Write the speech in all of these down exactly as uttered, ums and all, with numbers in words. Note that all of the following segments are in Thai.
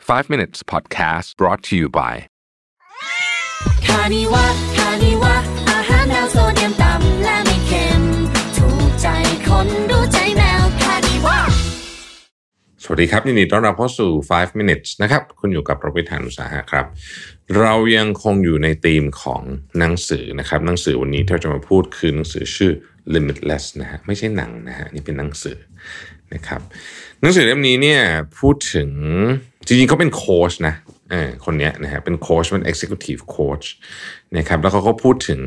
five minutes podcast brought to you by คานิวะคานิวะอาหารแนวโซเดียมต่ำและไม่เค็มถูกใจคนรู้ใจแมวคานิวะสวัสดีครับยินดีต้อนรับเข้าสู่five minutes นะครับคุณอยู่กับประวิทย์ หาญอุตสาหะครับเรายังคงอยู่ในธีมของหนังสือนะครับหนังสือวันนี้ที่เราจะมาพูดคือหนังสือชื่อ Limitless นะฮะไม่ใช่หนังนะฮะนี่เป็นหนังสือนะครับหนังสือเล่มนี้เนี่ยพูดถึงจริงๆเขาเป็นโค้ชนะเออคนเนี้ยนะฮะเป็นโค้ชเป็น executive coach นะครับแล้วเขาก็พูดถึง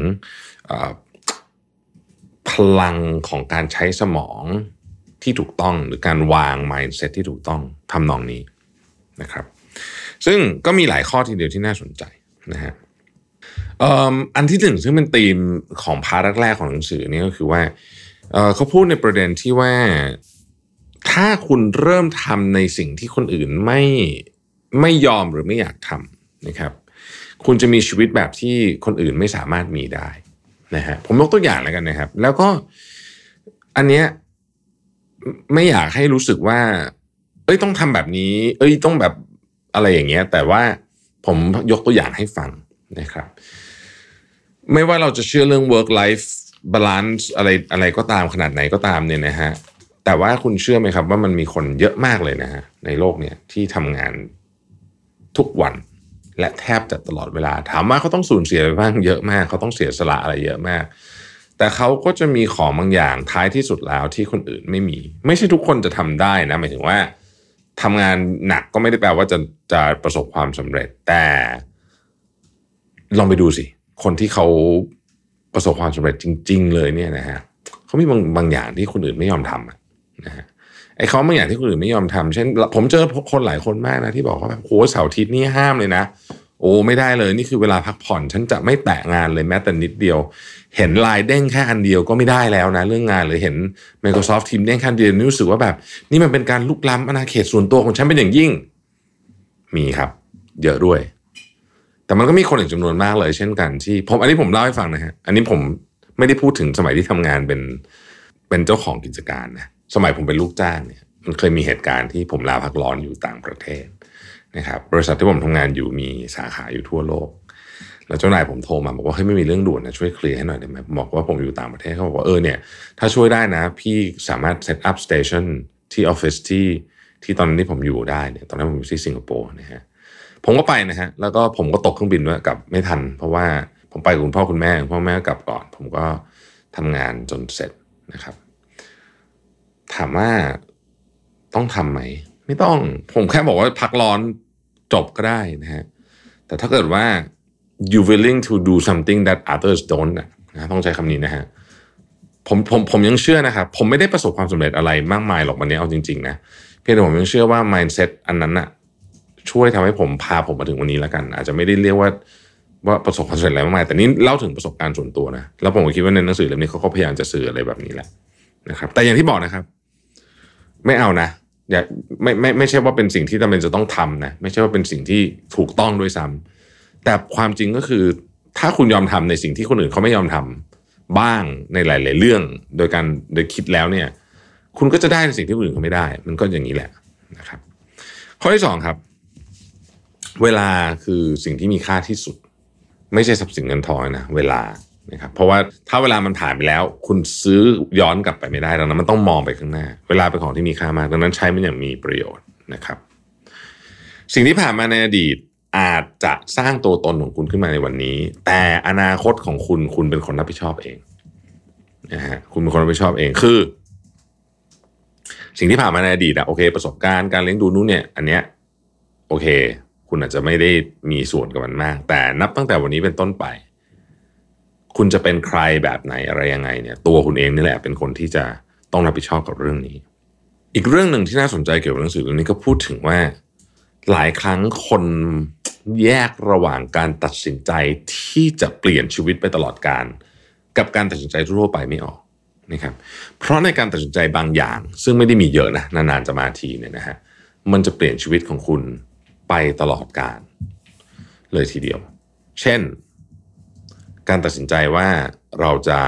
พลังของการใช้สมองที่ถูกต้องหรือการวาง mindset ที่ถูกต้องทำนองนี้นะครับซึ่งก็มีหลายข้อทีเดียวที่น่าสนใจนะฮะอันที่หนึ่งซึ่งเป็นธีมของพาร์ทแรกๆของหนังสือนี่ก็คือว่าเอ่อเขาพูดในประเด็นที่ว่าถ้าคุณเริ่มทำในสิ่งที่คนอื่นไม่ไม่ยอมหรือไม่อยากทำนะครับคุณจะมีชีวิตแบบที่คนอื่นไม่สามารถมีได้นะฮะผมยกตัวอย่างแล้วกันนะครับแล้วก็อันเนี้ยไม่อยากให้รู้สึกว่าเอ้ยต้องทำแบบนี้เอ้ยต้องแบบอะไรอย่างเงี้ยแต่ว่าผมยกตัวอย่างให้ฟังนะครับไม่ว่าเราจะเชื่อเรื่อง work life balance อะไรอะไรก็ตามขนาดไหนก็ตามเนี่ยนะฮะแต่ว่าคุณเชื่อไหมครับว่ามันมีคนเยอะมากเลยนะฮะในโลกเนี่ยที่ทำงานทุกวันและแทบจะตลอดเวลาถามว่าเขาต้องสูญเสียไปบ้างเยอะมากเขาต้องเสียสละอะไรเยอะมากแต่เขาก็จะมีของบางอย่างท้ายที่สุดแล้วที่คนอื่นไม่มีไม่ใช่ทุกคนจะทำได้นะหมายถึงว่าทำงานหนักก็ไม่ได้แปลว่าจะจะประสบความสำเร็จแต่ลองไปดูสิคนที่เขาประสบความสำเร็จจริงๆเลยเนี่ยนะฮะเขามีบางบางอย่างที่คนอื่นไม่ยอมทำนะฮะไอ้เขาบางอย่างที่คนอื่นไม่ยอมทำเช่นผมเจอคนหลายคนมากนะที่บอกว่าแบบโหเสาร์อาทิตย์นี่ห้ามเลยนะโอ้ไม่ได้เลยนี่คือเวลาพักผ่อนฉันจะไม่แตะงานเลยแม้แต่นิดเดียวเห็นไลน์เด้งแค่อันเดียวก็ไม่ได้แล้วนะเรื่องงานหรือเห็น Microsoft Teams เด้งแค่อันเดียวนี่รู้สึกว่าแบบนี่มันเป็นการลุกล้ำอาณาเขตส่วนตัวของฉันเป็นอย่างยิ่งมีครับเยอะด้วยแต่มันก็มีคนอีกจำนวนมากเลยเช่นกันที่ผมอันนี้ผมเล่าให้ฟังนะฮะอันนี้ผมไม่ได้พูดถึงสมัยที่ทำงานเป็นเป็นเจ้าของกิจการนะสมัยผมเป็นลูกจ้างเนี่ยมันเคยมีเหตุการณ์ที่ผมลาพักร้อนอยู่ต่างประเทศนะครับบริษัทที่ผมทำงานอยู่มีสาขาอยู่ทั่วโลกแล้วเจ้านายผมโทรมาบอกว่าเฮ้ยไม่มีเรื่องด่วนนะช่วยเคลียร์ให้หน่อยได้ไหมบอกว่าผมอยู่ต่างประเทศเขาบอกว่าเออเนี่ยถ้าช่วยได้นะพี่สามารถ set up station ที่ออฟฟิศที่ที่ตอนนี้ผมอยู่ได้เนี่ยตอนนั้นผมอยู่ที่สิงคโปร์นะฮะผมก็ไปนะฮะแล้วก็ผมก็ตกเครื่องบินด้วยกลับไม่ทันเพราะว่าผมไปกับคุณพ่อคุณแม่พ่อแม่กลับก่อนผมก็ทำงานจนเสร็จนะครับถามว่าต้องทำไหมไม่ต้องผมแค่บอกว่าพักร้อนจบก็ได้นะฮะแต่ถ้าเกิดว่า you willing to do something that others don't นะต้องใช้คำนี้นะฮะผมผมผมยังเชื่อนะครับผมไม่ได้ประสบความสำเร็จอะไรมากมายหรอกวันนี้เอาจริงๆนะเพียงแต่ผมยังเชื่อว่า mindset อันนั้นน่ะช่วยทำให้ผมพาผมมาถึงวันนี้แล้วกันอาจจะไม่ได้เรียกว่าว่าประสบความสำเร็จอะไรมากมายแต่นี่เล่าถึงประสบการณ์ส่วนตัวนะแล้วผมก็คิดว่าในหนังสือเล่มนี้เขาก็พยายามจะสื่ออะไรแบบนี้แหละนะครับแต่อย่างที่บอกนะครับไม่เอานะอย่าไม่ไม่ไม่ใช่ว่าเป็นสิ่งที่จำเป็นจะต้องทำนะไม่ใช่ว่าเป็นสิ่งที่ถูกต้องด้วยซ้ำแต่ความจริงก็คือถ้าคุณยอมทำในสิ่งที่คนอื่นเขาไม่ยอมทำบ้างในหลายๆเรื่องโดยการโดยคิดแล้วเนี่ยคุณก็จะได้ในสิ่งที่คนอื่นเขาไม่ได้มันก็อย่างนี้แหละนะครับข้อที่สองครับเวลาคือสิ่งที่มีค่าที่สุดไม่ใช่ทรัพย์สินเงินทองนะเวลานะครับเพราะว่าถ้าเวลามันผ่านไปแล้วคุณซื้อย้อนกลับไปไม่ได้ดังนั้นมันต้องมองไปข้างหน้าเวลาเป็นของที่มีค่ามากดังนั้นใช้มันอย่างมีประโยชน์นะครับสิ่งที่ผ่านมาในอดีตอาจจะสร้างตัวตนของคุณขึ้นมาในวันนี้แต่อนาคตของคุณคุณเป็นคนรับผิดชอบเองนะฮะคุณเป็นคนรับผิดชอบเองคือสิ่งที่ผ่านมาในอดีตอะโอเคประสบการณ์การเลี้ยงดูนู้นเนี่ยอันเนี้ยโอเคคุณอาจจะไม่ได้มีส่วนกับมันมากแต่นับตั้งแต่วันนี้เป็นต้นไปคุณจะเป็นใครแบบไหนอะไรยังไงเนี่ยตัวคุณเองนี่แหละเป็นคนที่จะต้องรับผิดชอบกับเรื่องนี้อีกเรื่องหนึ่งที่น่าสนใจเกี่ยวกับหนังสือเรื่องนี้ก็พูดถึงว่าหลายครั้งคนแยกระหว่างการตัดสินใจที่จะเปลี่ยนชีวิตไปตลอดกาลกับการตัดสินใจทั่วไปไม่ออกนะครับเพราะในการตัดสินใจบางอย่างซึ่งไม่ได้มีเยอะนะนานๆจะมาทีเนี่ยนะฮะมันจะเปลี่ยนชีวิตของคุณไปตลอดกาลเลยทีเดียวเช่นการตัดสินใจว่าเราจะ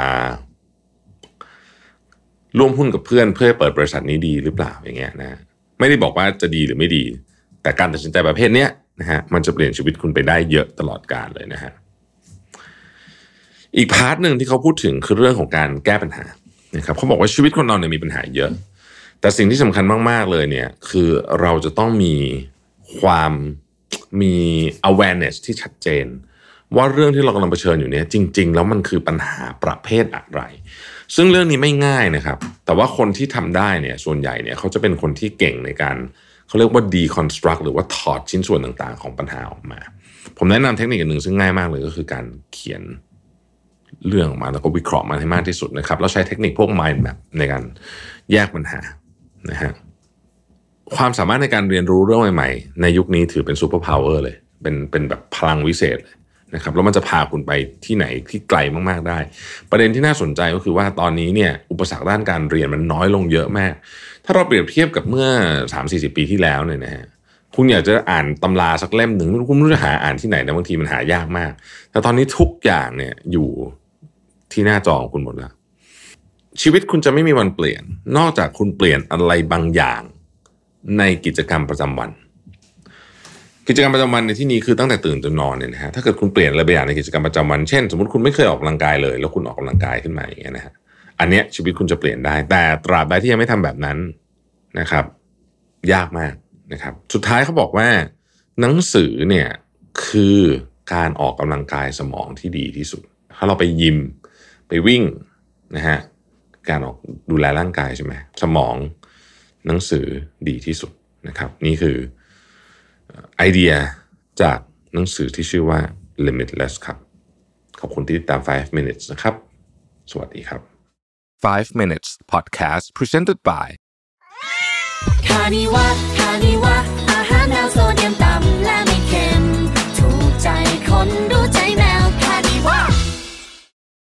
ร่วมหุ้นกับเพื่อนเพื่อเปิดบริษัทนี้ดีหรือเปล่าอย่างเงี้ยนะไม่ได้บอกว่าจะดีหรือไม่ดีแต่การตัดสินใจประเภทเนี้ยนะฮะมันจะเปลี่ยนชีวิตคุณไปได้เยอะตลอดกาลเลยนะฮะอีกพาร์ทหนึ่งที่เขาพูดถึงคือเรื่องของการแก้ปัญหานะครับเขาบอกว่าชีวิตคนเราเนี่ยมีปัญหาเยอะแต่สิ่งที่สำคัญมากๆเลยเนี่ยคือเราจะต้องมีความมี awareness ที่ชัดเจนว่าเรื่องที่เรากำลังเผชิญอยู่เนี่ยจริงๆแล้วมันคือปัญหาประเภทอะไรซึ่งเรื่องนี้ไม่ง่ายนะครับแต่ว่าคนที่ทำได้เนี่ยส่วนใหญ่เนี่ยเขาจะเป็นคนที่เก่งในการเขาเรียกว่า deconstruct หรือว่าถอดชิ้นส่วนต่างๆของปัญหาออกมาผมแนะนำเทคนิคหนึ่งซึ่งง่ายมากเลยก็คือการเขียนเรื่องออกมาแล้วก็วิเคราะห์มันให้มากที่สุดนะครับแล้วใช้เทคนิคพวก mind map ในการแยกปัญหานะฮะความสามารถในการเรียนรู้เรื่องใหม่ๆในยุคนี้ถือเป็นซูเปอร์พาวเวอร์เลยเป็นเป็นแบบพลังวิเศษเลยนะครับแล้วมันจะพาคุณไปที่ไหนที่ไกลมากๆได้ประเด็นที่น่าสนใจก็คือว่าตอนนี้เนี่ยอุปสรรคด้านการเรียนมันน้อยลงเยอะมากถ้าเราเปรียบเทียบกับเมื่อ สามถึงสี่สิบ ปีที่แล้วเนี่ยนะฮะคุณอยากจะอ่านตำราสักเล่มหนึ่งคุณไม่รู้จะหาอ่านที่ไหนนะบางทีมันหายากมากแต่ตอนนี้ทุกอย่างเนี่ยอยู่ที่หน้าจอของคุณหมดแล้วชีวิตคุณจะไม่มีวันเปลี่ยนนอกจากคุณเปลี่ยนอะไรบางอย่างในกิจกรรมประจำวันกิจกรรมประจำวันในที่นี้คือตั้งแต่ตื่นจนนอนเนี่ยนะฮะถ้าเกิดคุณเปลี่ยนอะไรบางอย่างในกิจกรรมประจำวันเช่นสมมติคุณไม่เคยออกกำลังกายเลยแล้วคุณออกกำลังกายขึ้นมาอย่างเงี้ยนะฮะอันเนี้ยชีวิตคุณจะเปลี่ยนได้แต่ตราบใดที่ยังไม่ทำแบบนั้นนะครับยากมากนะครับสุดท้ายเขาบอกว่าหนังสือเนี่ยคือการออกกำลังกายสมองที่ดีที่สุดถ้าเราไปยิมไปวิ่งนะฮะการออกดูแลร่างกายใช่ไหมสมองหนังสือดีที่สุดนะครับนี่คือไอเดียจากหนังสือที่ชื่อว่า Limitless ครับขอบคุณที่ติดตามไฟว์ minutes นะครับสวัสดีครับไฟว์ minutes podcast presented by คานิวะคานิวะอาหารแนวโซเดียมต่ำและไม่เค็มถูกใจคน